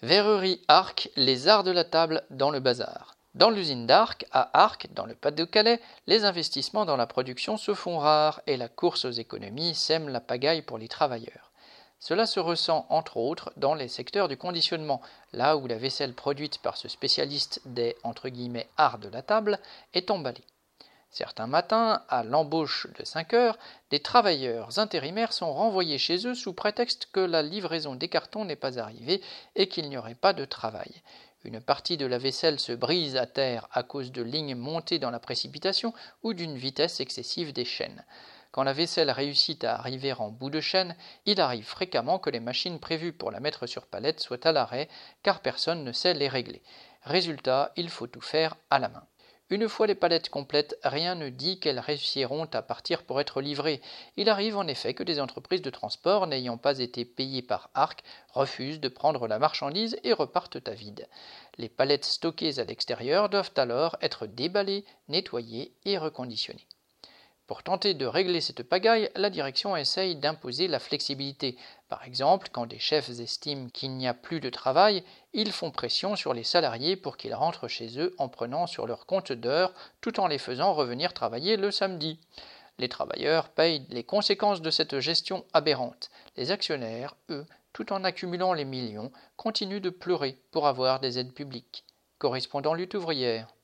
Verrerie Arc, les arts de la table dans le bazar. Dans l'usine d'Arc, à Arc, dans le Pas-de-Calais, les investissements dans la production se font rares et la course aux économies sème la pagaille pour les travailleurs. Cela se ressent entre autres dans les secteurs du conditionnement, là où la vaisselle produite par ce spécialiste des « arts de la table » est emballée. Certains matins, à l'embauche de 5 heures, des travailleurs intérimaires sont renvoyés chez eux sous prétexte que la livraison des cartons n'est pas arrivée et qu'il n'y aurait pas de travail. Une partie de la vaisselle se brise à terre à cause de lignes montées dans la précipitation ou d'une vitesse excessive des chaînes. Quand la vaisselle réussit à arriver en bout de chaîne, il arrive fréquemment que les machines prévues pour la mettre sur palette soient à l'arrêt car personne ne sait les régler. Résultat, il faut tout faire à la main. Une fois les palettes complètes, rien ne dit qu'elles réussiront à partir pour être livrées. Il arrive en effet que des entreprises de transport n'ayant pas été payées par Arc refusent de prendre la marchandise et repartent à vide. Les palettes stockées à l'extérieur doivent alors être déballées, nettoyées et reconditionnées. Pour tenter de régler cette pagaille, la direction essaye d'imposer la flexibilité. Par exemple, quand des chefs estiment qu'il n'y a plus de travail, ils font pression sur les salariés pour qu'ils rentrent chez eux en prenant sur leur compte d'heures tout en les faisant revenir travailler le samedi. Les travailleurs payent les conséquences de cette gestion aberrante. Les actionnaires, eux, tout en accumulant les millions, continuent de pleurer pour avoir des aides publiques. Correspondant Lutte ouvrière.